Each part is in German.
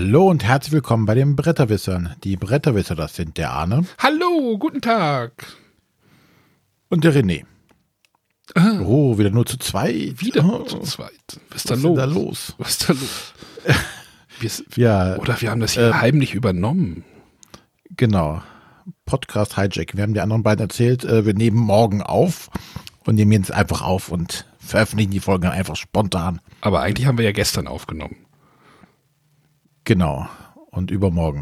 Hallo und herzlich willkommen bei den Bretterwissern. Die Bretterwisser, das sind der Arne. Hallo, guten Tag. Und der René. Oh, wieder nur zu zweit. Wieder nur zu zweit. Was ist da los? Was ist da los? Oder wir haben das hier heimlich übernommen. Genau. Podcast Hijack. Wir haben die anderen beiden erzählt, wir nehmen morgen auf und nehmen jetzt einfach auf und veröffentlichen die Folgen einfach spontan. Aber eigentlich haben wir ja gestern aufgenommen. Genau. Und übermorgen.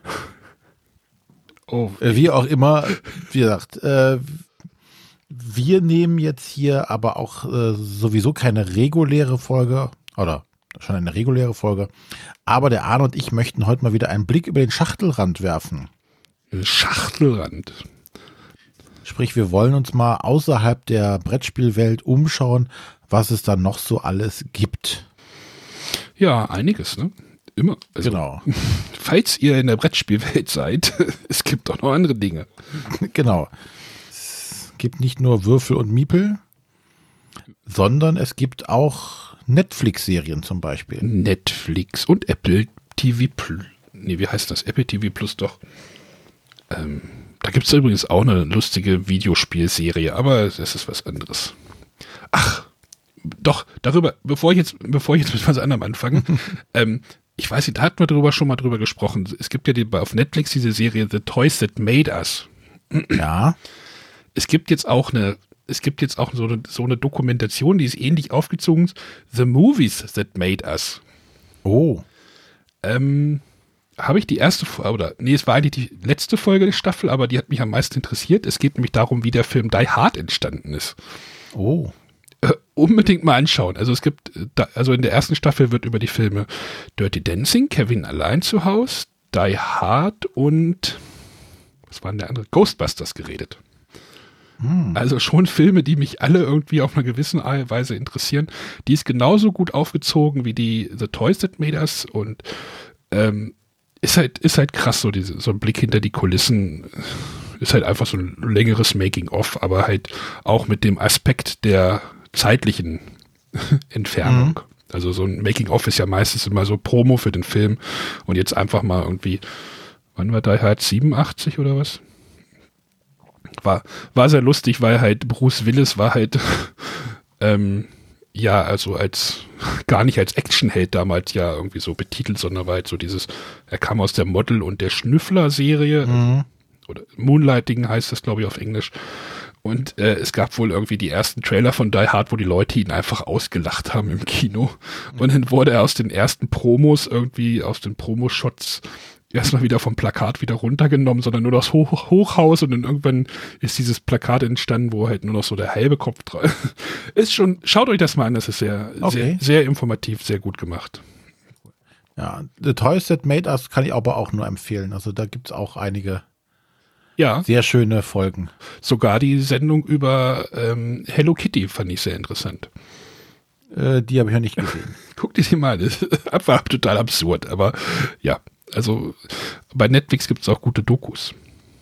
Oh. Wie auch immer, wie gesagt, wir nehmen jetzt hier aber auch sowieso keine reguläre Folge oder schon eine reguläre Folge. Aber der Arne und ich möchten heute mal wieder einen Blick über den Schachtelrand werfen. Schachtelrand. Sprich, wir wollen uns mal außerhalb der Brettspielwelt umschauen, was es da noch so alles gibt. Ja, einiges, ne? Immer. Also, genau. Falls ihr in der Brettspielwelt seid, es gibt auch noch andere Dinge. Genau. Es gibt nicht nur Würfel und Miepel, sondern es gibt auch Netflix-Serien zum Beispiel. Netflix und Apple TV Plus. Nee, wie heißt das? Apple TV Plus doch. Da gibt es übrigens auch eine lustige Videospielserie, aber es ist was anderes. Ach, doch, darüber, bevor ich jetzt mit was anderem anfange, ich weiß nicht, da hatten wir schon mal drüber gesprochen. Es gibt ja auf Netflix diese Serie The Toys That Made Us. Ja. Es gibt jetzt auch so eine Dokumentation, die ist ähnlich aufgezogen. The Movies That Made Us. Oh. Habe ich die erste Folge, es war eigentlich die letzte Folge der Staffel, aber die hat mich am meisten interessiert. Es geht nämlich darum, wie der Film Die Hard entstanden ist. Oh. Unbedingt mal anschauen. Also es gibt, also in der ersten Staffel wird über die Filme Dirty Dancing, Kevin allein zu Haus, Die Hard und was war denn der andere? Ghostbusters geredet. Also schon Filme, die mich alle irgendwie auf einer gewissen Weise interessieren. Die ist genauso gut aufgezogen wie die The Toys That Made Us und ist halt krass, so ein Blick hinter die Kulissen. Ist halt einfach so ein längeres Making-of, aber halt auch mit dem Aspekt der zeitlichen Entfernung. Also so ein Making-of ist ja meistens immer so Promo für den Film und jetzt einfach mal irgendwie, wann war Die Hard 87 oder was? War sehr lustig, weil halt Bruce Willis war halt ja, also gar nicht als Actionheld damals ja irgendwie so betitelt, sondern war halt so er kam aus der Model- und der Schnüffler-Serie, oder Moonlighting heißt das, glaube ich, auf Englisch. Und es gab wohl irgendwie die ersten Trailer von Die Hard, wo die Leute ihn einfach ausgelacht haben im Kino. Und dann wurde er aus den ersten Promos irgendwie, aus den Promoshots erstmal wieder vom Plakat wieder runtergenommen, sondern nur das Hochhaus und dann irgendwann ist dieses Plakat entstanden, wo halt nur noch so der halbe Kopf drauf ist. Schaut euch das mal an, das ist sehr, sehr informativ, sehr gut gemacht. Ja, The Toys That Made Us kann ich aber auch nur empfehlen. Also da gibt es auch einige sehr schöne Folgen. Sogar die Sendung über Hello Kitty fand ich sehr interessant. Die habe ich ja nicht gesehen. Guck dir die mal an, das war total absurd, aber ja. Also bei Netflix gibt es auch gute Dokus.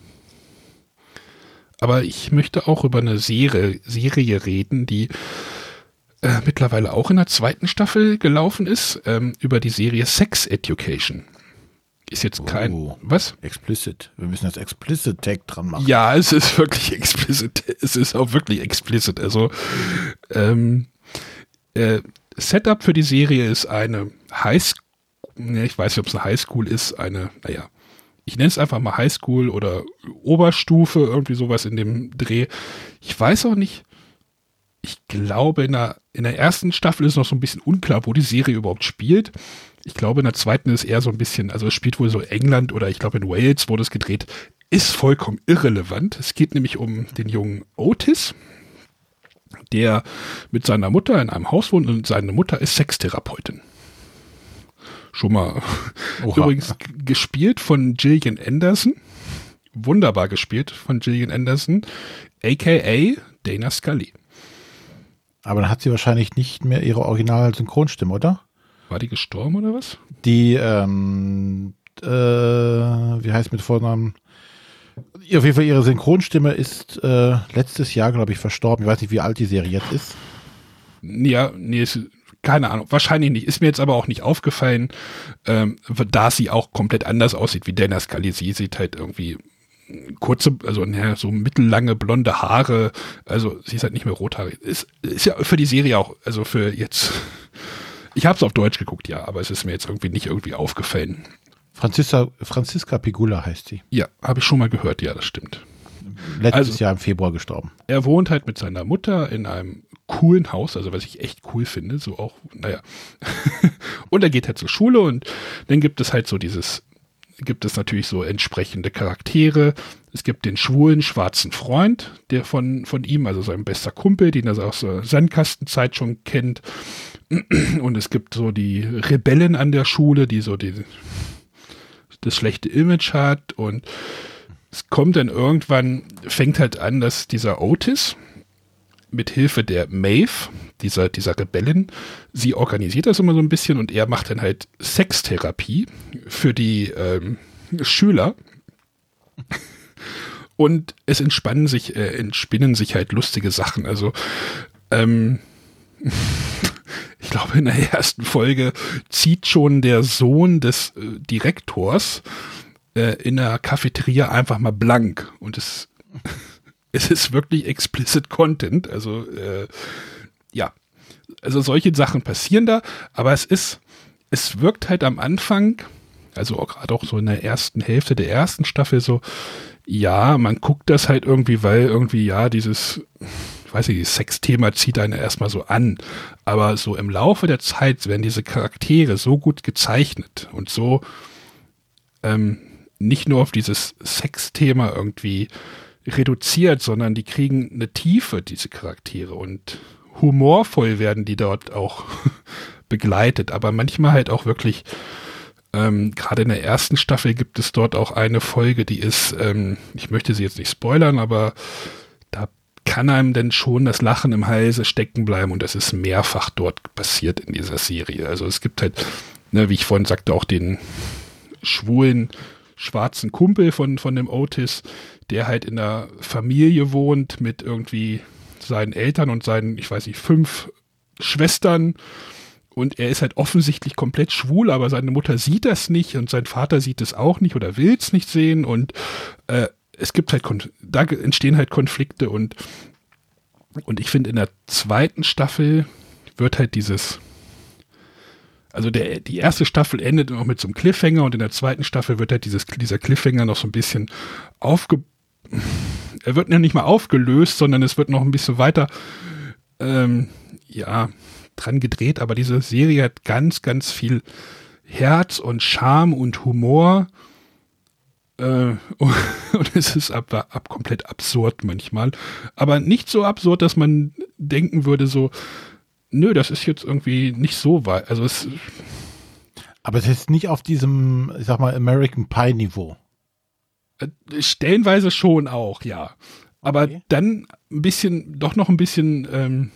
Aber ich möchte auch über eine Serie reden, die mittlerweile auch in der zweiten Staffel gelaufen ist, über die Serie Sex Education. Ist jetzt was? Explicit. Wir müssen das Explicit Tag dran machen. Ja, es ist wirklich explicit. Es ist auch wirklich explicit. Also Setup für die Serie ist eine Highschool. Ich weiß nicht, ob es eine Highschool ist, ich nenne es einfach mal Highschool oder Oberstufe, irgendwie sowas in dem Dreh. Ich weiß auch nicht, ich glaube in der ersten Staffel ist noch so ein bisschen unklar, wo die Serie überhaupt spielt. Ich glaube in der zweiten ist eher so ein bisschen, also es spielt wohl so England oder ich glaube in Wales wurde es gedreht, ist vollkommen irrelevant. Es geht nämlich um den jungen Otis, der mit seiner Mutter in einem Haus wohnt und seine Mutter ist Sextherapeutin. Schon mal. Oha. Übrigens gespielt von Gillian Anderson. Wunderbar gespielt von Gillian Anderson, a.k.a. Dana Scully. Aber dann hat sie wahrscheinlich nicht mehr ihre Original-Synchronstimme, oder? War die gestorben oder was? Die, wie heißt mit Vornamen? Auf jeden Fall ihre Synchronstimme ist letztes Jahr, glaube ich, verstorben. Ich weiß nicht, wie alt die Serie jetzt ist. Ja, nee, keine Ahnung, wahrscheinlich nicht. Ist mir jetzt aber auch nicht aufgefallen, da sie auch komplett anders aussieht wie Dana Scully. Sie sieht halt irgendwie kurze, also so mittellange blonde Haare, also sie ist halt nicht mehr rothaarig. Ist ja für die Serie auch, also für jetzt, ich habe es auf Deutsch geguckt, ja, aber es ist mir jetzt nicht irgendwie aufgefallen. Franziska Pegula heißt sie. Ja, habe ich schon mal gehört, ja, das stimmt. Letztes Jahr im Februar gestorben. Er wohnt halt mit seiner Mutter in einem coolen Haus, also was ich echt cool finde, so auch, naja. Und er geht halt zur Schule und dann gibt es natürlich so entsprechende Charaktere. Es gibt den schwulen, schwarzen Freund, der von ihm, also sein bester Kumpel, den er aus der Sandkastenzeit schon kennt. Und es gibt so die Rebellen an der Schule, die so das schlechte Image hat, und es kommt dann irgendwann, fängt halt an, dass dieser Otis mit Hilfe der Maeve, dieser Rebellin, sie organisiert das immer so ein bisschen und er macht dann halt Sextherapie für die Schüler. Und es entspinnen sich halt lustige Sachen. Also ich glaube, in der ersten Folge zieht schon der Sohn des Direktors in der Cafeteria einfach mal blank. Und es ist wirklich explicit Content. Also ja, also solche Sachen passieren da. Aber es wirkt halt am Anfang, also gerade auch so in der ersten Hälfte der ersten Staffel so, ja, man guckt das halt irgendwie, weil irgendwie, ja, dieses Sexthema zieht einen erstmal so an. Aber so im Laufe der Zeit werden diese Charaktere so gut gezeichnet und so nicht nur auf dieses Sexthema irgendwie reduziert, sondern die kriegen eine Tiefe, diese Charaktere, und humorvoll werden die dort auch begleitet. Aber manchmal halt auch wirklich, gerade in der ersten Staffel gibt es dort auch eine Folge, die ist, ich möchte sie jetzt nicht spoilern, aber da kann einem denn schon das Lachen im Halse stecken bleiben, und das ist mehrfach dort passiert in dieser Serie. Also es gibt halt, wie ich vorhin sagte, auch den schwulen, schwarzen Kumpel von dem Otis, der halt in einer Familie wohnt mit irgendwie seinen Eltern und seinen, 5 Schwestern. Und er ist halt offensichtlich komplett schwul, aber seine Mutter sieht das nicht und sein Vater sieht es auch nicht oder will es nicht sehen. Und es gibt halt, da entstehen halt Konflikte, und ich finde, in der zweiten Staffel wird halt die erste Staffel endet noch mit so einem Cliffhanger, und in der zweiten Staffel wird halt dieser Cliffhanger noch so ein bisschen er wird ja nicht mal aufgelöst, sondern es wird noch ein bisschen weiter, dran gedreht, aber diese Serie hat ganz, ganz viel Herz und Charme und Humor, und es ist komplett absurd manchmal, aber nicht so absurd, dass man denken würde so, nö, das ist jetzt irgendwie nicht so weit, also aber es ist nicht auf diesem, ich sag mal, American Pie Niveau. Stellenweise schon auch, ja. Aber dann noch ein bisschen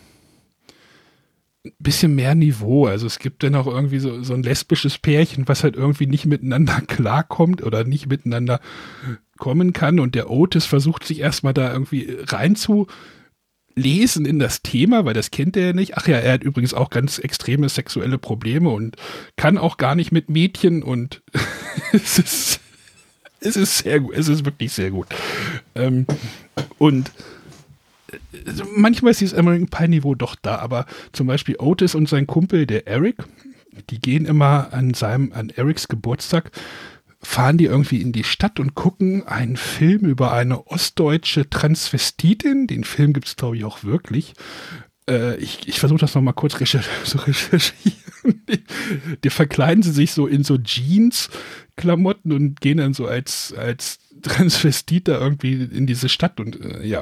mehr Niveau. Also es gibt dann auch irgendwie so ein lesbisches Pärchen, was halt irgendwie nicht miteinander klarkommt oder nicht miteinander kommen kann. Und der Otis versucht sich erstmal da irgendwie reinzulesen in das Thema, weil das kennt er ja nicht. Ach ja, er hat übrigens auch ganz extreme sexuelle Probleme und kann auch gar nicht mit Mädchen, und es ist sehr gut, es ist wirklich sehr gut. Und manchmal ist dieses American Pie Niveau doch da, aber zum Beispiel Otis und sein Kumpel, der Eric, die gehen immer an Erics Geburtstag, fahren die irgendwie in die Stadt und gucken einen Film über eine ostdeutsche Transvestitin. Den Film gibt es, glaube ich, auch wirklich. Ich versuche das nochmal kurz zu recherchieren. Die verkleiden sie sich so in so Jeans-Klamotten und gehen dann so als Transvestit da irgendwie in diese Stadt, und ja.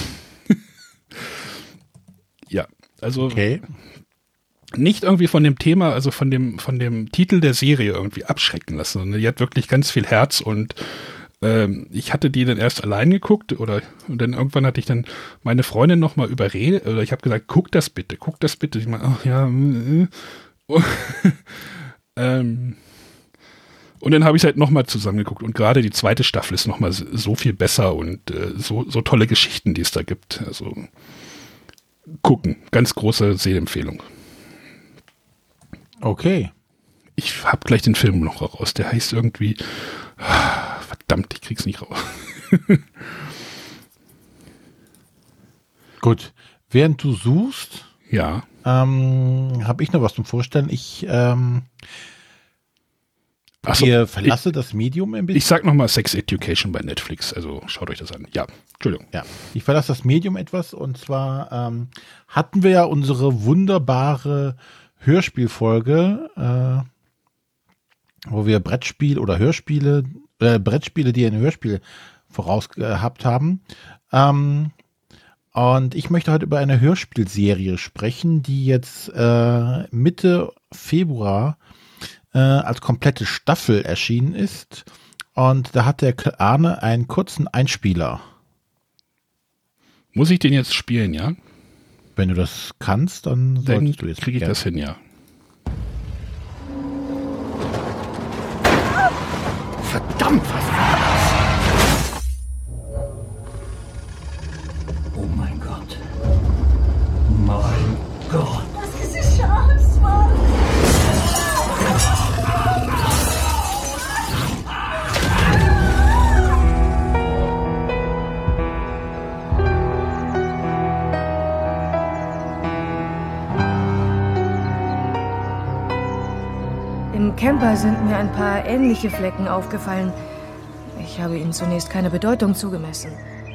Ja, also okay. Nicht irgendwie von dem Thema, also von dem Titel der Serie irgendwie abschrecken lassen, sondern die hat wirklich ganz viel Herz, und ich hatte die dann erst allein geguckt, und dann irgendwann hatte ich dann meine Freundin nochmal überredet, oder ich habe gesagt, guck das bitte. Ich meine, ach ja, und dann habe ich es halt nochmal zusammengeguckt, und gerade die zweite Staffel ist nochmal so viel besser, und so tolle Geschichten, die es da gibt. Also gucken, ganz große Sehempfehlung. Okay. Ich hab gleich den Film noch raus. Der heißt irgendwie, verdammt, ich krieg's nicht raus. Gut. Während du suchst, Ja. habe ich noch was zum Vorstellen. Ihr verlasse das Medium ein bisschen. Ich sag nochmal Sex Education bei Netflix, also schaut euch das an. Ja, Entschuldigung. Ja, ich verlasse das Medium etwas und zwar hatten wir ja unsere wunderbare Hörspielfolge, wo wir Brettspiele, die ein Hörspiel voraus gehabt haben. Und ich möchte heute über eine Hörspielserie sprechen, die jetzt Mitte Februar als komplette Staffel erschienen ist. Und da hat der Arne einen kurzen Einspieler. Muss ich den jetzt spielen, ja? Wenn du das kannst, dann solltest du jetzt. Kriege ich das hin, ja. Verdammt, was war das? Oh mein Gott. Mein Gott. Was ist die Chance, Mann? Im Camper sind mir ein paar ähnliche Flecken aufgefallen. Ich habe ihnen zunächst keine Bedeutung zugemessen.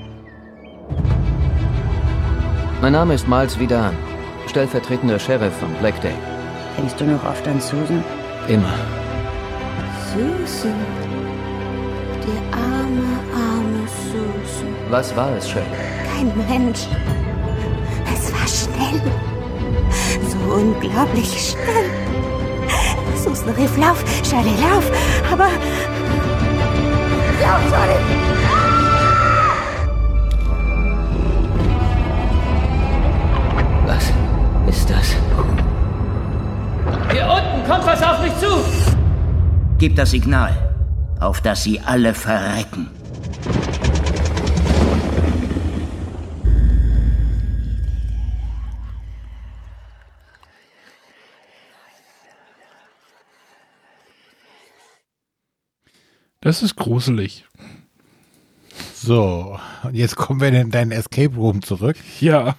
Mein Name ist Miles Vidan, stellvertretender Sheriff von Blackdale. Denkst du noch oft an Susan? Immer. Susan. Die arme Susan. Was war es, Sheriff? Kein Mensch. Es war schnell. So unglaublich schnell. Susan rief, lauf, Shirley, lauf. Aber... Lauf, Shirley! Was ist das? Hier unten kommt was auf mich zu! Gib das Signal, auf das sie alle verrecken. Das ist gruselig. So, und jetzt kommen wir in deinen Escape Room zurück. Ja.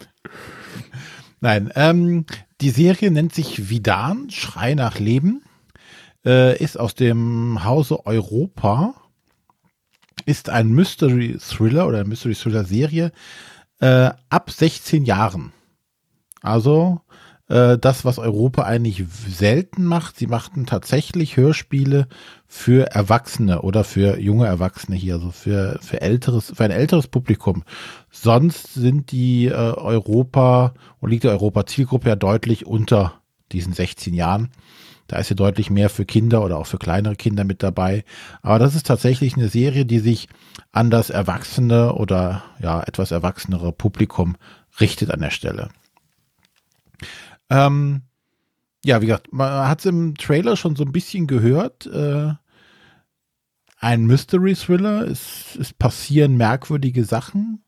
Nein, die Serie nennt sich Vidan, Schrei nach Leben, ist aus dem Hause Europa, ist ein Mystery Thriller oder Mystery Thriller Serie ab 16 Jahren. Also das, was Europa eigentlich selten macht, sie machten tatsächlich Hörspiele für Erwachsene oder für junge Erwachsene hier, also für ein älteres Publikum. Sonst sind die liegt die Europa-Zielgruppe ja deutlich unter diesen 16 Jahren. Da ist ja deutlich mehr für Kinder oder auch für kleinere Kinder mit dabei. Aber das ist tatsächlich eine Serie, die sich an das erwachsene oder ja etwas erwachsenere Publikum richtet an der Stelle. Ja, wie gesagt, man hat es im Trailer schon so ein bisschen gehört. Ein Mystery Thriller, es passieren merkwürdige Sachen.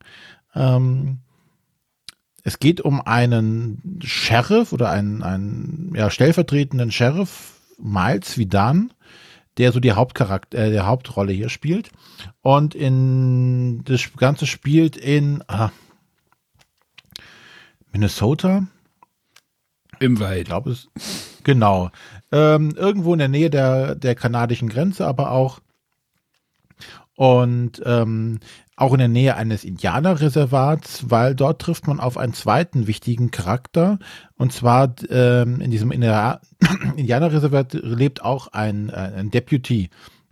Es geht um einen Sheriff oder einen stellvertretenden Sheriff, Miles Vidan, der so der Hauptrolle hier spielt. Und das Ganze spielt in Minnesota. Im Wald. Ich glaube es. Genau. Irgendwo in der Nähe der kanadischen Grenze, aber auch. Und auch in der Nähe eines Indianerreservats, weil dort trifft man auf einen zweiten wichtigen Charakter. Und zwar in diesem Indianerreservat lebt auch ein Deputy.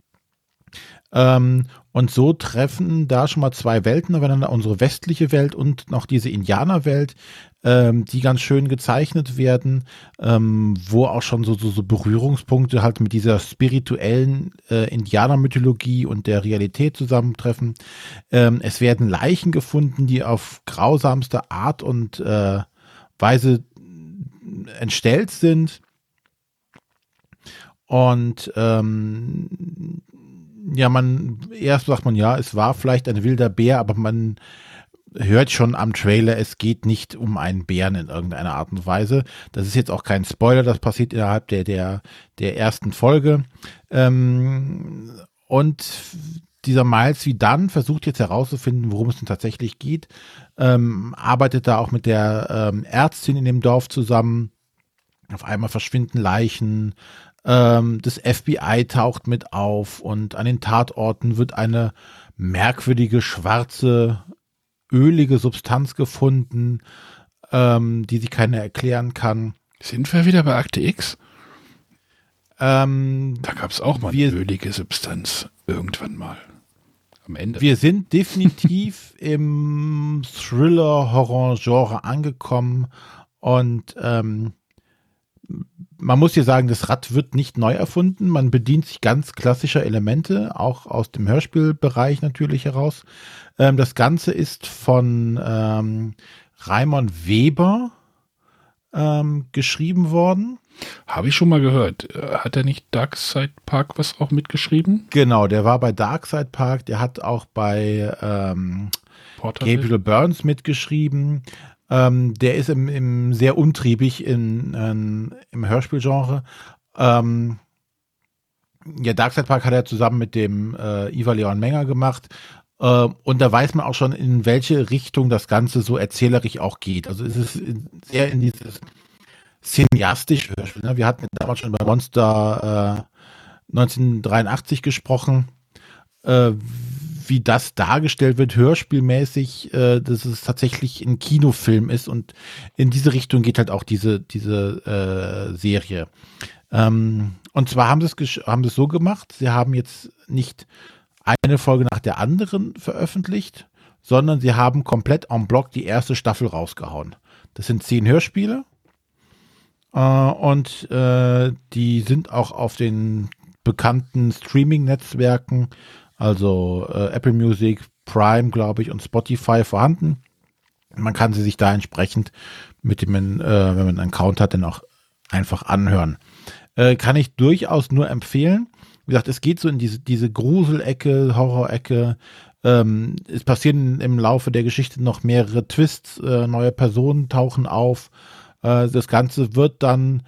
Und so treffen da schon mal zwei Welten aufeinander, unsere westliche Welt und noch diese Indianerwelt, die ganz schön gezeichnet werden, wo auch schon so Berührungspunkte halt mit dieser spirituellen Indianermythologie und der Realität zusammentreffen. Es werden Leichen gefunden, die auf grausamste Art und Weise entstellt sind. Und erst sagt man, ja, es war vielleicht ein wilder Bär, aber man hört schon am Trailer, es geht nicht um einen Bären in irgendeiner Art und Weise. Das ist jetzt auch kein Spoiler, das passiert innerhalb der ersten Folge. Und dieser Miles Vidan versucht jetzt herauszufinden, worum es denn tatsächlich geht, arbeitet da auch mit der Ärztin in dem Dorf zusammen. Auf einmal verschwinden Leichen, das FBI taucht mit auf und an den Tatorten wird eine merkwürdige, schwarze, ölige Substanz gefunden, die sich keiner erklären kann. Sind wir wieder bei Akte X? Da gab es auch mal eine ölige Substanz irgendwann mal. Am Ende. Wir sind definitiv im Thriller-Horror-Genre angekommen und man muss hier sagen, das Rad wird nicht neu erfunden. Man bedient sich ganz klassischer Elemente, auch aus dem Hörspielbereich natürlich heraus. Das Ganze ist von Raimon Weber geschrieben worden. Habe ich schon mal gehört. Hat er nicht Darkside Park was auch mitgeschrieben? Genau, der war bei Darkside Park. Der hat auch bei Gabriel Burns mitgeschrieben. Der ist im sehr untriebig im Hörspielgenre. Darkside Park hat er zusammen mit dem Ivar Leon Menger gemacht. Und da weiß man auch schon, in welche Richtung das Ganze so erzählerisch auch geht. Also es ist sehr in dieses cineastische Hörspiel. Ne? Wir hatten damals schon über Monster 1983 gesprochen. Wie das dargestellt wird, hörspielmäßig, dass es tatsächlich ein Kinofilm ist und in diese Richtung geht halt auch diese Serie. Und zwar haben sie es so gemacht, sie haben jetzt nicht eine Folge nach der anderen veröffentlicht, sondern sie haben komplett en bloc die erste Staffel rausgehauen. Das sind 10 Hörspiele und die sind auch auf den bekannten Streaming-Netzwerken, also Apple Music, Prime, glaube ich, und Spotify vorhanden. Man kann sie sich da entsprechend mit dem, wenn man einen Account hat, dann auch einfach anhören. Kann ich durchaus nur empfehlen. Wie gesagt, es geht so in diese Gruselecke, Horrorecke. Es passieren im Laufe der Geschichte noch mehrere Twists, neue Personen tauchen auf. Das Ganze wird dann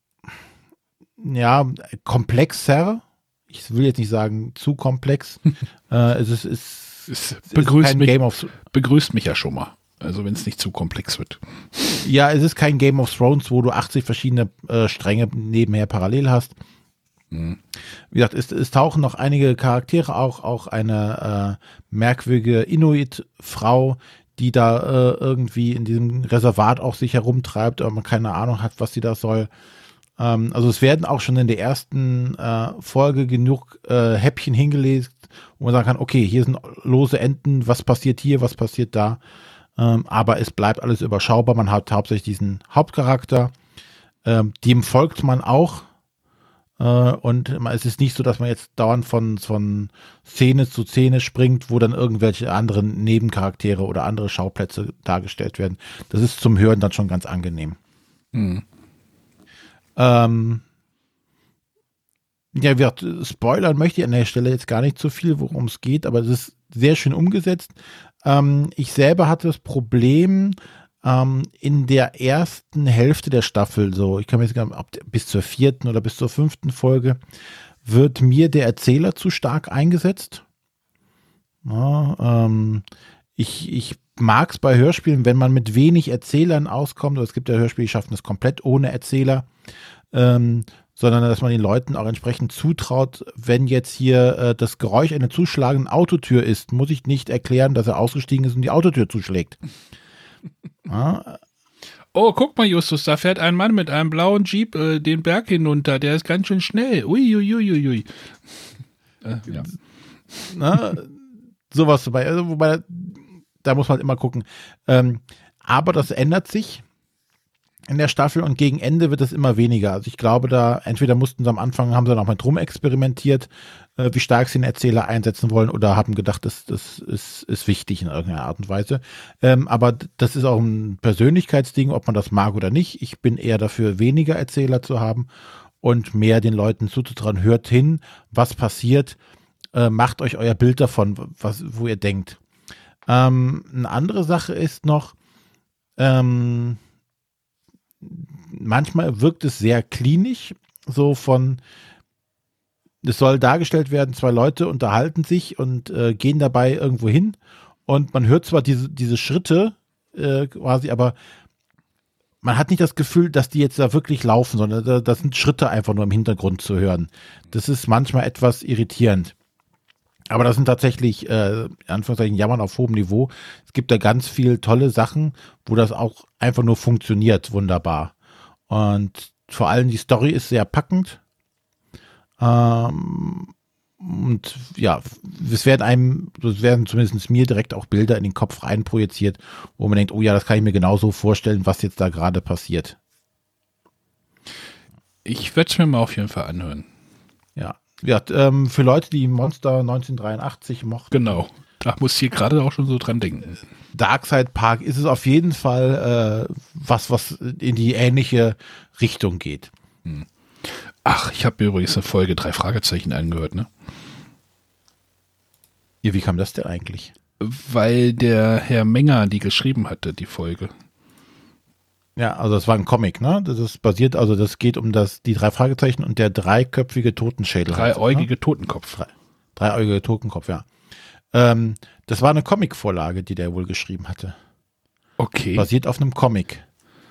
komplexer. Ich will jetzt nicht sagen zu komplex. Es begrüßt mich ja schon mal. Also wenn es nicht zu komplex wird. Ja, es ist kein Game of Thrones, wo du 80 verschiedene Stränge nebenher parallel hast. Wie gesagt, es tauchen noch einige Charaktere, auch eine merkwürdige Inuit-Frau, die da irgendwie in diesem Reservat auch sich herumtreibt, aber man keine Ahnung hat, was sie da soll. Also es werden auch schon in der ersten Folge genug Häppchen hingelegt, wo man sagen kann, okay, hier sind lose Enden, was passiert hier, was passiert da. Aber es bleibt alles überschaubar. Man hat hauptsächlich diesen Hauptcharakter, dem folgt man auch. Und es ist nicht so, dass man jetzt dauernd von Szene zu Szene springt, wo dann irgendwelche anderen Nebencharaktere oder andere Schauplätze dargestellt werden. Das ist zum Hören dann schon ganz angenehm. Spoilern möchte ich an der Stelle jetzt gar nicht so viel, worum es geht, aber es ist sehr schön umgesetzt. Ich selber hatte das Problem, in der ersten Hälfte der Staffel, so, ich kann mir jetzt gar nicht, ob bis zur 4. oder bis zur 5. Folge, wird mir der Erzähler zu stark eingesetzt. Ja, ich mag es bei Hörspielen, wenn man mit wenig Erzählern auskommt, oder es gibt ja Hörspiele, die schaffen es komplett ohne Erzähler, sondern dass man den Leuten auch entsprechend zutraut, wenn jetzt hier das Geräusch einer zuschlagenden Autotür ist, muss ich nicht erklären, dass er ausgestiegen ist und die Autotür zuschlägt. Ja. Oh, guck mal, Justus, da fährt ein Mann mit einem blauen Jeep den Berg hinunter, der ist ganz schön schnell. Uiuiuiui. Ja. Na, sowas dabei. Also, wobei, da muss man immer gucken. Aber das ändert sich in der Staffel und gegen Ende wird es immer weniger. Also ich glaube, da entweder mussten sie am Anfang, haben sie noch mal drum experimentiert, wie stark sie den Erzähler einsetzen wollen oder haben gedacht, das ist wichtig in irgendeiner Art und Weise. Aber das ist auch ein Persönlichkeitsding, ob man das mag oder nicht. Ich bin eher dafür, weniger Erzähler zu haben und mehr den Leuten zuzutrauen. Hört hin, was passiert, macht euch euer Bild davon, wo ihr denkt. Eine andere Sache ist noch, manchmal wirkt es sehr klinisch, so von, es soll dargestellt werden, 2 Leute unterhalten sich und gehen dabei irgendwo hin und man hört zwar diese Schritte quasi, aber man hat nicht das Gefühl, dass die jetzt da wirklich laufen, sondern das sind Schritte einfach nur im Hintergrund zu hören. Das ist manchmal etwas irritierend. Aber das sind tatsächlich, in Anführungszeichen, Jammern auf hohem Niveau. Es gibt da ganz viele tolle Sachen, wo das auch einfach nur funktioniert, wunderbar. Und vor allem die Story ist sehr packend. Und ja, es werden zumindest mir direkt auch Bilder in den Kopf reinprojiziert, wo man denkt, oh ja, das kann ich mir genauso vorstellen, was jetzt da gerade passiert. Ich werde es mir mal auf jeden Fall anhören. Ja, für Leute, die Monster 1983 mochten. Genau, da muss ich hier gerade auch schon so dran denken. Darkside Park ist es auf jeden Fall was in die ähnliche Richtung geht. Ach, ich habe mir übrigens eine Folge 3 Fragezeichen angehört, ne? Ja, wie kam das denn eigentlich? Weil der Herr Menger die geschrieben hatte, die Folge. Ja, also das war ein Comic, ne? Das ist basiert, also das geht um die 3 Fragezeichen und der dreiköpfige Totenschädel. Dreieugige ne? Totenkopf. Dreieugige Totenkopf, ja. Das war eine Comicvorlage, die der wohl geschrieben hatte. Okay. Basiert auf einem Comic.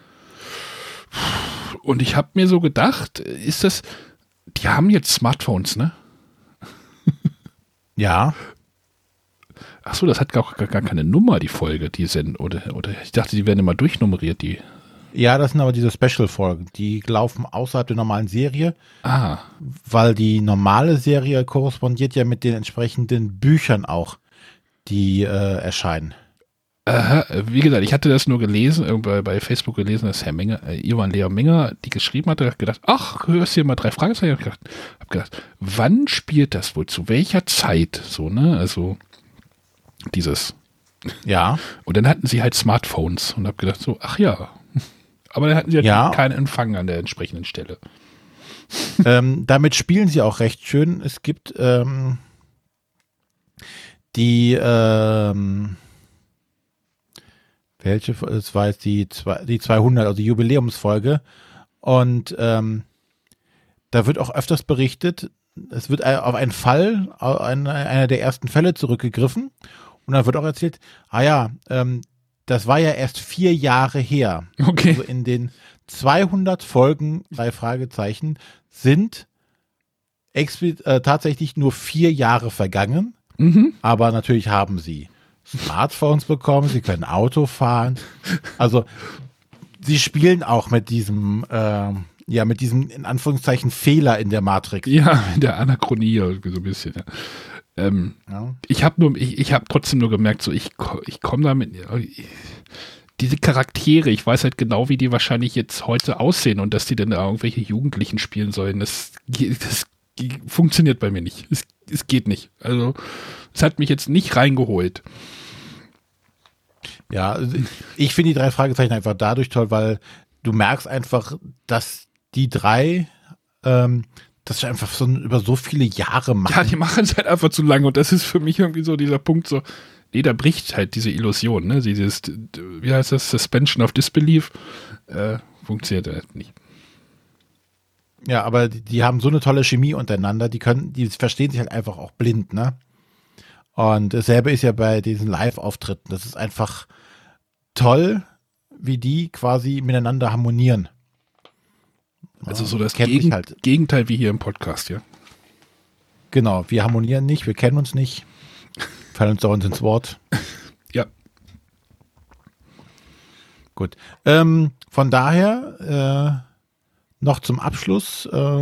Und ich habe mir so gedacht, die haben jetzt Smartphones, ne? Ja. Ach so, das hat gar keine Nummer, die Folge, die senden, oder ich dachte, die werden immer durchnummeriert, die. Ja, das sind aber diese Special-Folgen, die laufen außerhalb der normalen Serie, weil die normale Serie korrespondiert ja mit den entsprechenden Büchern auch, die erscheinen. Wie gesagt, ich hatte das nur gelesen, bei Facebook gelesen, dass Herr Menger, Ivan Lea Menger, die geschrieben hatte, hat gedacht, ach, hörst du hier mal 3 Fragezeichen? Hab gedacht, wann spielt das wohl, zu welcher Zeit, so, ne, also dieses. Ja. Und dann hatten sie halt Smartphones und hab gedacht so, ach ja. Aber dann hatten sie halt keinen Empfang an der entsprechenden Stelle. Damit spielen sie auch recht schön. Es gibt welche, es war jetzt die 200, also die Jubiläumsfolge. Und da wird auch öfters berichtet, es wird auf einen Fall, einer der ersten Fälle zurückgegriffen. Und dann wird auch erzählt, das war ja erst 4 Jahre her. Okay. Also in den 200 Folgen 3 Fragezeichen sind tatsächlich nur 4 Jahre vergangen. Mhm. Aber natürlich haben sie Smartphones bekommen, sie können Auto fahren. Also sie spielen auch mit diesem, mit diesem in Anführungszeichen Fehler in der Matrix. Ja, in der Anachronie irgendwie so ein bisschen. Ja. Ich habe trotzdem nur gemerkt, so ich komme damit, diese Charaktere, ich weiß halt genau, wie die wahrscheinlich jetzt heute aussehen und dass die dann da irgendwelche Jugendlichen spielen sollen, das funktioniert bei mir nicht. Es geht nicht. Also es hat mich jetzt nicht reingeholt. Ja, ich finde die 3 Fragezeichen einfach dadurch toll, weil du merkst einfach, dass die 3 das einfach so über so viele Jahre machen. Ja, die machen es halt einfach zu lange und das ist für mich irgendwie so dieser Punkt so, nee, da bricht halt diese Illusion, ne? Dieses, wie heißt das, Suspension of Disbelief, funktioniert halt nicht. Ja, aber die haben so eine tolle Chemie untereinander, die verstehen sich halt einfach auch blind, ne? Und dasselbe ist ja bei diesen Live-Auftritten. Das ist einfach toll, wie die quasi miteinander harmonieren. Also so das halt. Gegenteil wie hier im Podcast, ja. Genau, wir harmonieren nicht, wir kennen uns nicht, fallen uns dauernd ins Wort. Ja. Gut. Von daher noch zum Abschluss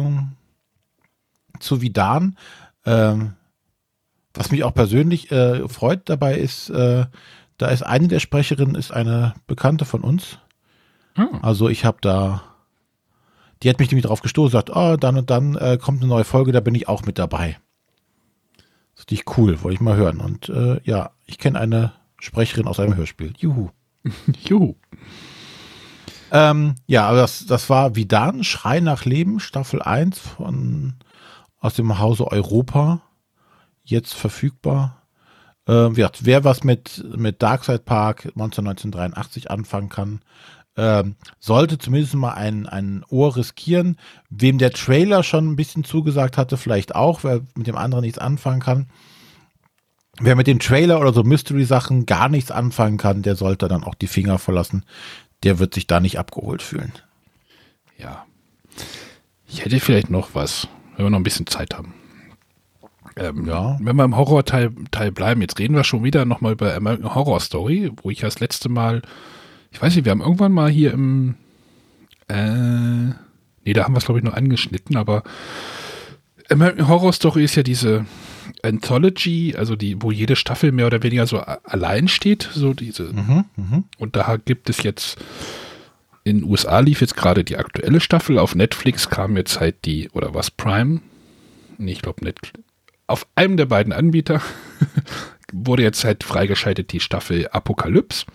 zu Vidan. Was mich auch persönlich freut dabei ist, da ist eine der Sprecherinnen, ist eine Bekannte von uns. Also ich habe die hat mich nämlich drauf gestoßen, sagt, dann und dann kommt eine neue Folge, da bin ich auch mit dabei. Das ist nicht cool, wollte ich mal hören. Und ich kenne eine Sprecherin aus einem Hörspiel. Juhu. Juhu. Aber das war Vidan, Schrei nach Leben, Staffel 1 aus dem Hause Europa. Jetzt verfügbar. Wer was mit Darkside Park Monster 1983 anfangen kann, sollte zumindest mal ein Ohr riskieren. Wem der Trailer schon ein bisschen zugesagt hatte, vielleicht auch, wer mit dem anderen nichts anfangen kann. Wer mit dem Trailer oder so Mystery-Sachen gar nichts anfangen kann, der sollte dann auch die Finger verlassen. Der wird sich da nicht abgeholt fühlen. Ja. Ich hätte vielleicht noch was, wenn wir noch ein bisschen Zeit haben. Ja. Wenn wir im Horror-Teil bleiben, jetzt reden wir schon wieder nochmal über American Horror Story, wo ich das letzte Mal, ich weiß nicht, wir haben irgendwann mal hier im, da haben wir es glaube ich nur angeschnitten, aber American Horror Story ist ja diese Anthology, also wo jede Staffel mehr oder weniger so allein steht, so diese, und da gibt es jetzt, in den USA lief jetzt gerade die aktuelle Staffel, auf Netflix kam jetzt halt Prime? Nee, ich glaube Netflix. Auf einem der beiden Anbieter wurde jetzt halt freigeschaltet die Staffel Apokalypse.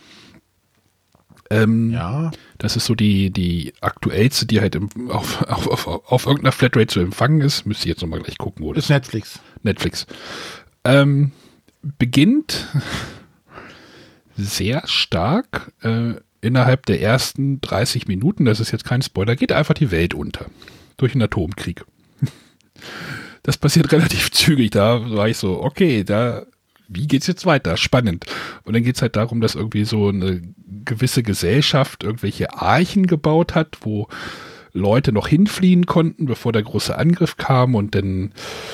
Ja. Das ist so die aktuellste, die halt auf irgendeiner Flatrate zu empfangen ist. Müsste ich jetzt nochmal gleich gucken, wo das ist. Netflix. Beginnt sehr stark innerhalb der ersten 30 Minuten, das ist jetzt kein Spoiler, geht einfach die Welt unter. Durch einen Atomkrieg. Das passiert relativ zügig. Da war ich so, okay, wie geht's jetzt weiter? Spannend. Und dann geht's halt darum, dass irgendwie so eine gewisse Gesellschaft irgendwelche Archen gebaut hat, wo Leute noch hinfliehen konnten, bevor der große Angriff kam, und dann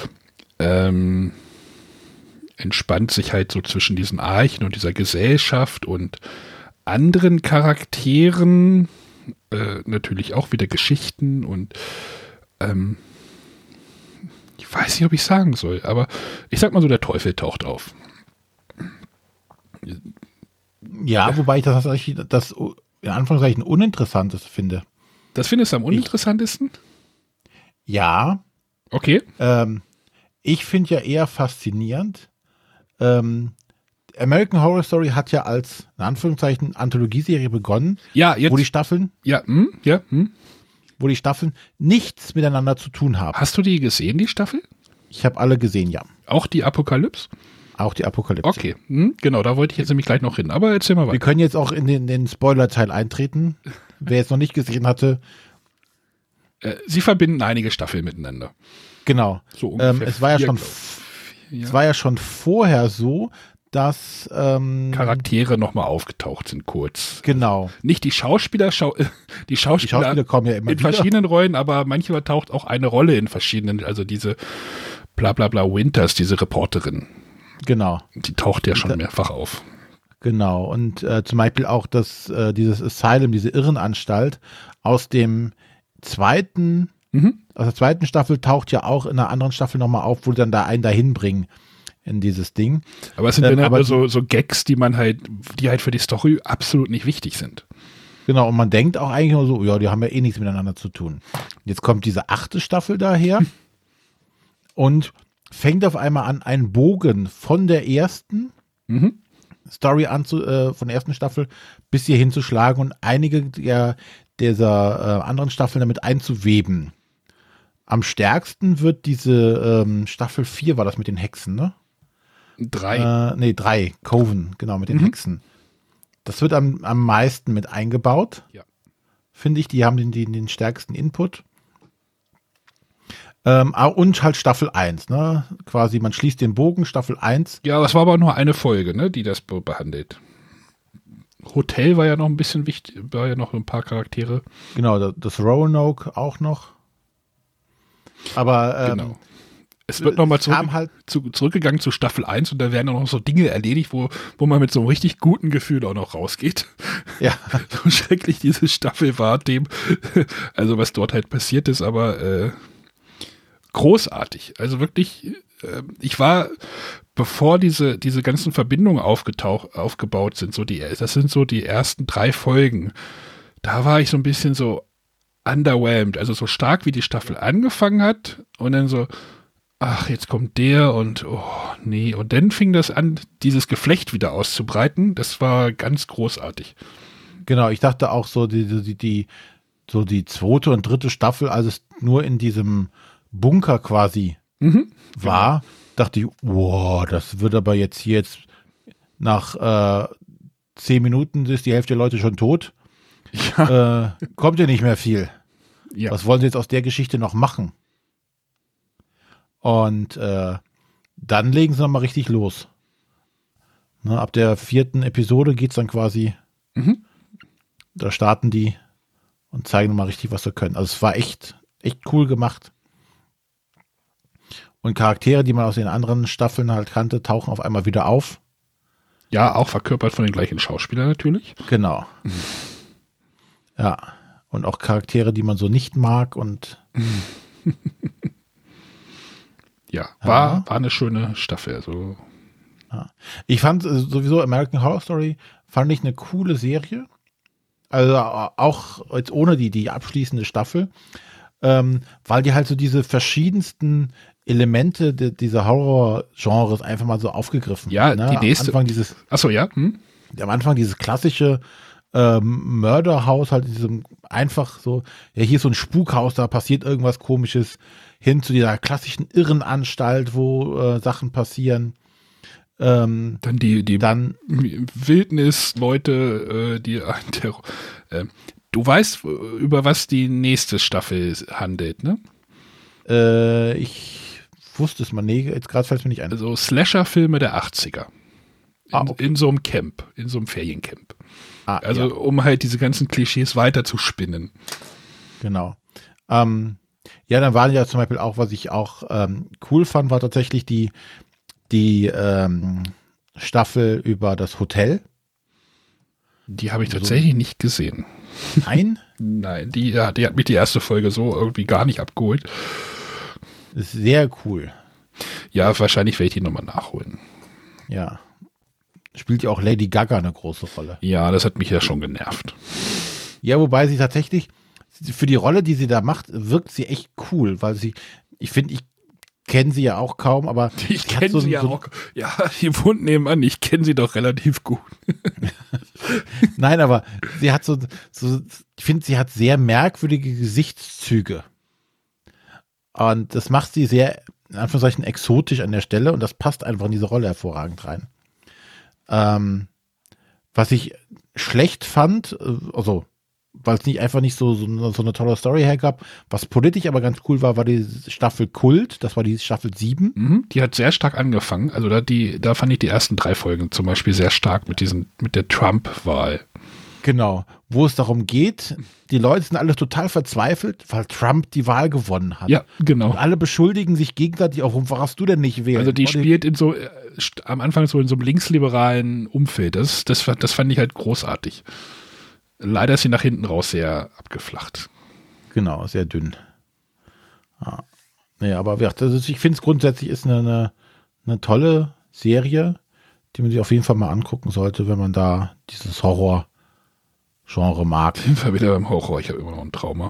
entspannt sich halt so zwischen diesen Archen und dieser Gesellschaft und anderen Charakteren natürlich auch wieder Geschichten und ich weiß nicht, ob ich sagen soll, aber ich sag mal so, der Teufel taucht auf. Ja, wobei ich das in Anführungszeichen uninteressantes finde. Das findest du am uninteressantesten? Ja. Okay. Ich finde ja eher faszinierend, American Horror Story hat ja als, in Anführungszeichen, Anthologieserie begonnen, wo die Staffeln wo die Staffeln nichts miteinander zu tun haben. Hast du die gesehen, die Staffel? Ich habe alle gesehen, ja. Auch die Apokalypse? Auch die Apokalypse. Okay, genau, da wollte ich jetzt nämlich gleich noch hin, aber erzähl mal weiter. Wir können jetzt auch in den Spoiler-Teil eintreten. Wer jetzt noch nicht gesehen hatte. Sie verbinden einige Staffeln miteinander. Genau. So ungefähr es war ja schon vorher so, dass Charaktere nochmal aufgetaucht sind, kurz. Genau. Nicht die Schauspieler, die Schauspieler kommen ja immer in verschiedenen Rollen, aber manchmal taucht auch eine Rolle in verschiedenen, also diese Blablabla Winters, diese Reporterin. Genau. Die taucht ja schon mehrfach auf. Genau. Und zum Beispiel auch dieses Asylum, diese Irrenanstalt aus dem zweiten, aus der zweiten Staffel taucht ja auch in einer anderen Staffel nochmal auf, wo dann da einen dahin bringen in dieses Ding. Aber es sind dann halt so Gags, die halt für die Story absolut nicht wichtig sind. Genau, und man denkt auch eigentlich nur so, ja, die haben ja eh nichts miteinander zu tun. Jetzt kommt diese 8. Staffel daher und fängt auf einmal an, einen Bogen von der ersten Story von der ersten Staffel bis hier hinzuschlagen und einige dieser anderen Staffeln damit einzuweben. Am stärksten wird diese Staffel 4, war das mit den Hexen, ne? 3, Coven, genau, mit den Hexen. Das wird am meisten mit eingebaut. Ja. Finde ich, die haben den stärksten Input. Und halt Staffel 1, ne? Quasi, man schließt den Bogen, Staffel 1. Ja, das war aber nur eine Folge, ne, die das behandelt. Hotel war ja noch ein bisschen wichtig, war ja noch ein paar Charaktere. Genau, das Roanoke auch noch. Aber genau. Es wird nochmal zurückgegangen zu Staffel 1 und da werden auch noch so Dinge erledigt, wo man mit so einem richtig guten Gefühl auch noch rausgeht. Ja. So schrecklich diese Staffel war, also was dort halt passiert ist, aber großartig. Also wirklich, ich war, bevor diese ganzen Verbindungen aufgebaut sind, das sind so die ersten 3 Folgen, da war ich so ein bisschen so underwhelmed, also so stark wie die Staffel angefangen hat und dann so, ach, jetzt kommt der und oh, nee. Und dann fing das an, dieses Geflecht wieder auszubreiten. Das war ganz großartig. Genau, ich dachte auch so, die 2. und 3. Staffel, als es nur in diesem Bunker quasi war, dachte ich, wow, das wird aber jetzt nach 10 Minuten ist die Hälfte der Leute schon tot. Ja. Kommt ja nicht mehr viel. Ja. Was wollen sie jetzt aus der Geschichte noch machen? Und dann legen sie nochmal richtig los. Ne, ab der 4. Episode geht es dann quasi, da starten die und zeigen nochmal richtig, was sie können. Also es war echt cool gemacht. Und Charaktere, die man aus den anderen Staffeln halt kannte, tauchen auf einmal wieder auf. Ja, auch verkörpert von den gleichen Schauspielern natürlich. Genau. Ja. Und auch Charaktere, die man so nicht mag und ja, war eine schöne Staffel. Also. Ja. Ich fand sowieso American Horror Story fand ich eine coole Serie. Also auch jetzt ohne die abschließende Staffel, weil die halt so diese verschiedensten Elemente dieser Horror-Genres einfach mal so aufgegriffen. Ja, ne? Die nächste. Am Anfang dieses klassische Mörderhaus, halt diesem einfach so, ja, hier ist so ein Spukhaus, da passiert irgendwas Komisches, hin zu dieser klassischen Irrenanstalt, wo Sachen passieren. Dann die Wildnis-Leute, die einen Terror. Du weißt, über was die nächste Staffel handelt, ne? Ich wusste es mal, nee, jetzt gerade fällt es mir nicht ein. Also Slasher-Filme der 80er. In so einem Camp, in so einem Feriencamp. Um halt diese ganzen Klischees weiter zu spinnen. Genau. Ja, dann waren ja zum Beispiel auch, was ich auch cool fand, war tatsächlich die Staffel über das Hotel. Die habe ich tatsächlich nicht gesehen. Nein? Nein, die hat mich die erste Folge so irgendwie gar nicht abgeholt. Ist sehr cool. Ja, wahrscheinlich werde ich die nochmal nachholen. Ja. Spielt ja auch Lady Gaga eine große Rolle. Ja, das hat mich ja schon genervt. Ja, wobei sie tatsächlich, für die Rolle, die sie da macht, wirkt sie echt cool, weil ich finde, ich kenne sie ja auch kaum, aber ich kenne sie ja auch. Ja, die wohnt nebenan, ich kenne sie doch relativ gut. Nein, aber sie hat ich finde, sie hat sehr merkwürdige Gesichtszüge. Und das macht sie sehr, in Anführungszeichen, exotisch an der Stelle und das passt einfach in diese Rolle hervorragend rein. Was ich schlecht fand, also weil es einfach nicht so eine tolle Story hergab, was politisch aber ganz cool war die Staffel Kult, das war die Staffel 7. Die hat sehr stark angefangen, also da fand ich die ersten 3 Folgen zum Beispiel sehr stark mit der Trump-Wahl. Genau, wo es darum geht, die Leute sind alle total verzweifelt, weil Trump die Wahl gewonnen hat. Ja, genau. Und alle beschuldigen sich gegenseitig, auch warum warst du denn nicht wählen? Also die spielt am Anfang so in so einem linksliberalen Umfeld. Das fand ich halt großartig. Leider ist sie nach hinten raus sehr abgeflacht. Genau, sehr dünn. Ja. Naja, aber ich finde es grundsätzlich ist eine tolle Serie, die man sich auf jeden Fall mal angucken sollte, wenn man da dieses Horror-Genre mag. Ich bin wieder beim Horror, ich habe immer noch ein Trauma.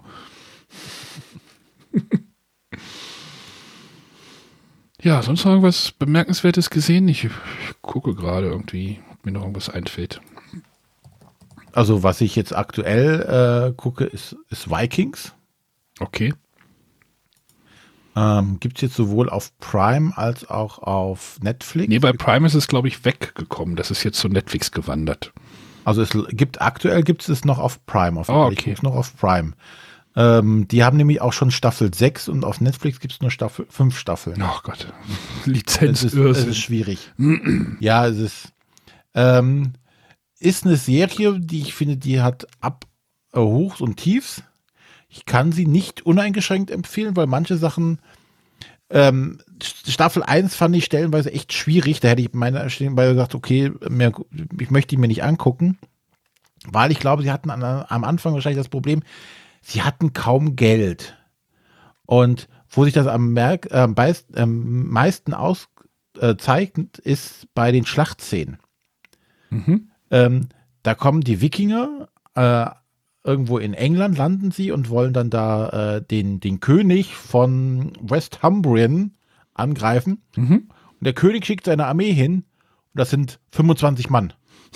Ja, sonst noch irgendwas Bemerkenswertes gesehen? Ich gucke gerade irgendwie, ob mir noch irgendwas einfällt. Also was ich jetzt aktuell gucke, ist Vikings. Okay. Gibt es jetzt sowohl auf Prime als auch auf Netflix? Nee, bei Prime ist es, glaube ich, weggekommen. Das ist jetzt zu Netflix gewandert. Also aktuell gibt es noch auf Prime. Okay. Noch auf Prime. Die haben nämlich auch schon Staffel 6 und auf Netflix gibt es nur 5 Staffeln. Oh Gott. Lizenzirrsinn. Es ist schwierig. Ja, es ist eine Serie, die ich finde, die hat Hochs und Tiefs. Ich kann sie nicht uneingeschränkt empfehlen, weil manche Sachen Staffel 1 fand ich stellenweise echt schwierig. Da hätte ich meiner stellenweise gesagt, okay, ich möchte die mir nicht angucken, weil ich glaube, sie hatten am Anfang wahrscheinlich das Problem, sie hatten kaum Geld. Und wo sich das am meisten zeigt, ist bei den Schlachtszenen. Da kommen die Wikinger, irgendwo in England landen sie und wollen dann da den König von Westhumbrien angreifen. Und der König schickt seine Armee hin und das sind 25 Mann.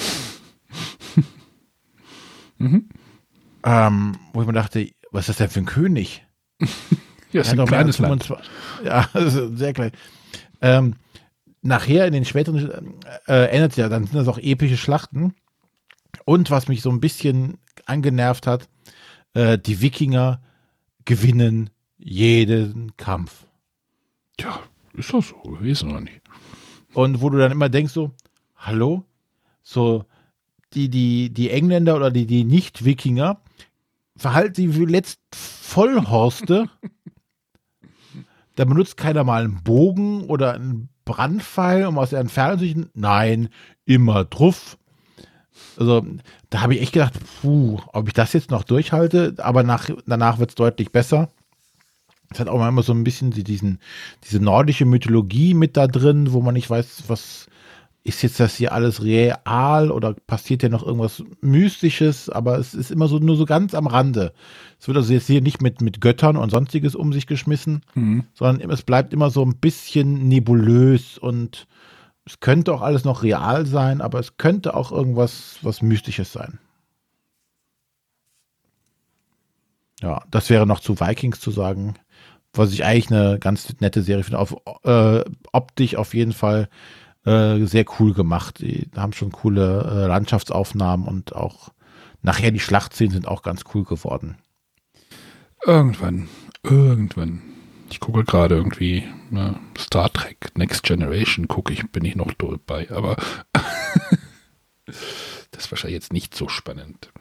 Wo ich mir dachte, was ist das denn für ein König? Ja, ist ein kleines Land. Ja, das ist sehr klein. Nachher in den späteren ändert sich ja, dann sind das auch epische Schlachten. Und was mich so ein bisschen angenervt hat, die Wikinger gewinnen jeden Kampf. Ja, ist doch so gewesen, oder nicht? Und wo du dann immer denkst so, hallo? So, die Engländer oder die Nicht-Wikinger verhalten sich wie letzt Vollhorste. Da benutzt keiner mal einen Bogen oder einen Brandpfeil, um aus der Entfernung zu schießen. Nein, immer drauf. Also, da habe ich echt gedacht, ob ich das jetzt noch durchhalte, aber danach wird es deutlich besser. Es hat auch mal immer so ein bisschen diese nordische Mythologie mit da drin, wo man nicht weiß, was ist jetzt das hier alles real oder passiert hier noch irgendwas Mystisches, aber es ist immer so nur so ganz am Rande. Es wird also jetzt hier nicht mit Göttern und sonstiges um sich geschmissen, sondern es bleibt immer so ein bisschen nebulös und es könnte auch alles noch real sein, aber es könnte auch irgendwas was Mystisches sein. Ja, das wäre noch zu Vikings zu sagen, was ich eigentlich eine ganz nette Serie finde. Optisch auf jeden Fall sehr cool gemacht. Die haben schon coole Landschaftsaufnahmen und auch nachher die Schlachtszenen sind auch ganz cool geworden. Irgendwann. Ich gucke gerade irgendwie Star Trek Next Generation bin ich noch dabei, aber das ist wahrscheinlich jetzt nicht so spannend.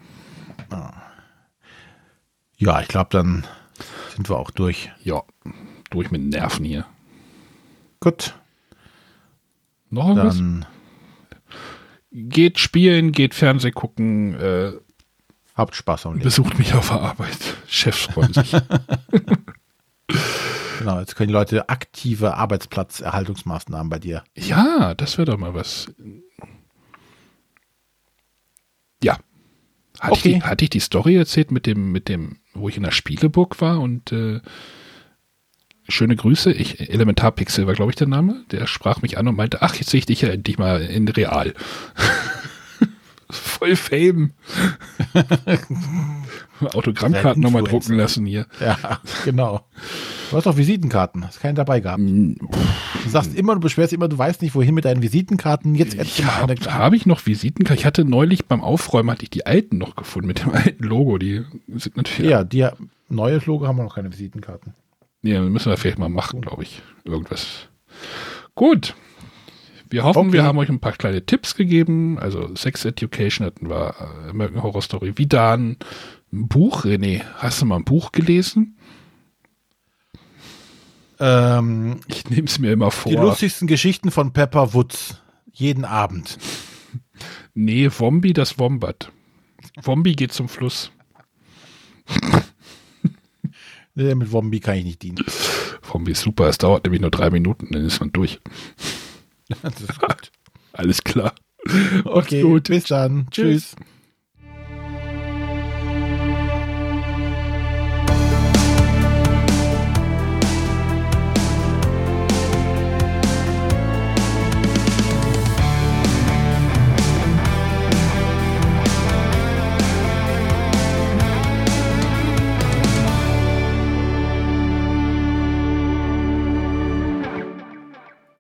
Ja, ich glaube, dann sind wir auch durch. Ja, durch mit Nerven hier. Gut. Noch was? Dann geht spielen, geht Fernsehen gucken. Habt Spaß am Leben. Besucht mich auf der Arbeit. Chefs freuen sich. Genau, jetzt können die Leute aktive Arbeitsplatzerhaltungsmaßnahmen bei dir. Ja, das wäre doch mal was. Ja. Hatte ich die Story erzählt mit dem, wo ich in der Spieleburg war und schöne Grüße. Elementarpixel war, glaube ich, der Name. Der sprach mich an und meinte, ach, jetzt sehe ich dich ja endlich mal in real. Voll Fame. Autogrammkarten nochmal drucken lassen hier. Ja, genau. Du hast doch Visitenkarten. Hast keine dabei gehabt. Du sagst immer, du beschwerst immer, du weißt nicht, wohin mit deinen Visitenkarten. Jetzt hättest du mal eine. Habe ich noch Visitenkarten? Ich hatte neulich beim Aufräumen, hatte ich die alten noch gefunden mit dem alten Logo. Die sind natürlich. Ja, neues Logo haben wir noch keine Visitenkarten. Ja, müssen wir vielleicht mal machen, glaube ich. Irgendwas. Gut. Wir hoffen, wir haben euch ein paar kleine Tipps gegeben. Also Sex Education hatten wir, American Horror Story, Vidan, ein Buch. René, hast du mal ein Buch gelesen? Ich nehme es mir immer vor. Die lustigsten Geschichten von Pepper Woods. Jeden Abend. Nee, Wombi das Wombat. Wombi geht zum Fluss. Nee, mit Wombi kann ich nicht dienen. Wombi ist super. Es dauert nämlich nur 3 Minuten, dann ist man durch. Das ist gut. Alles klar. Okay, gut. Bis dann. Tschüss.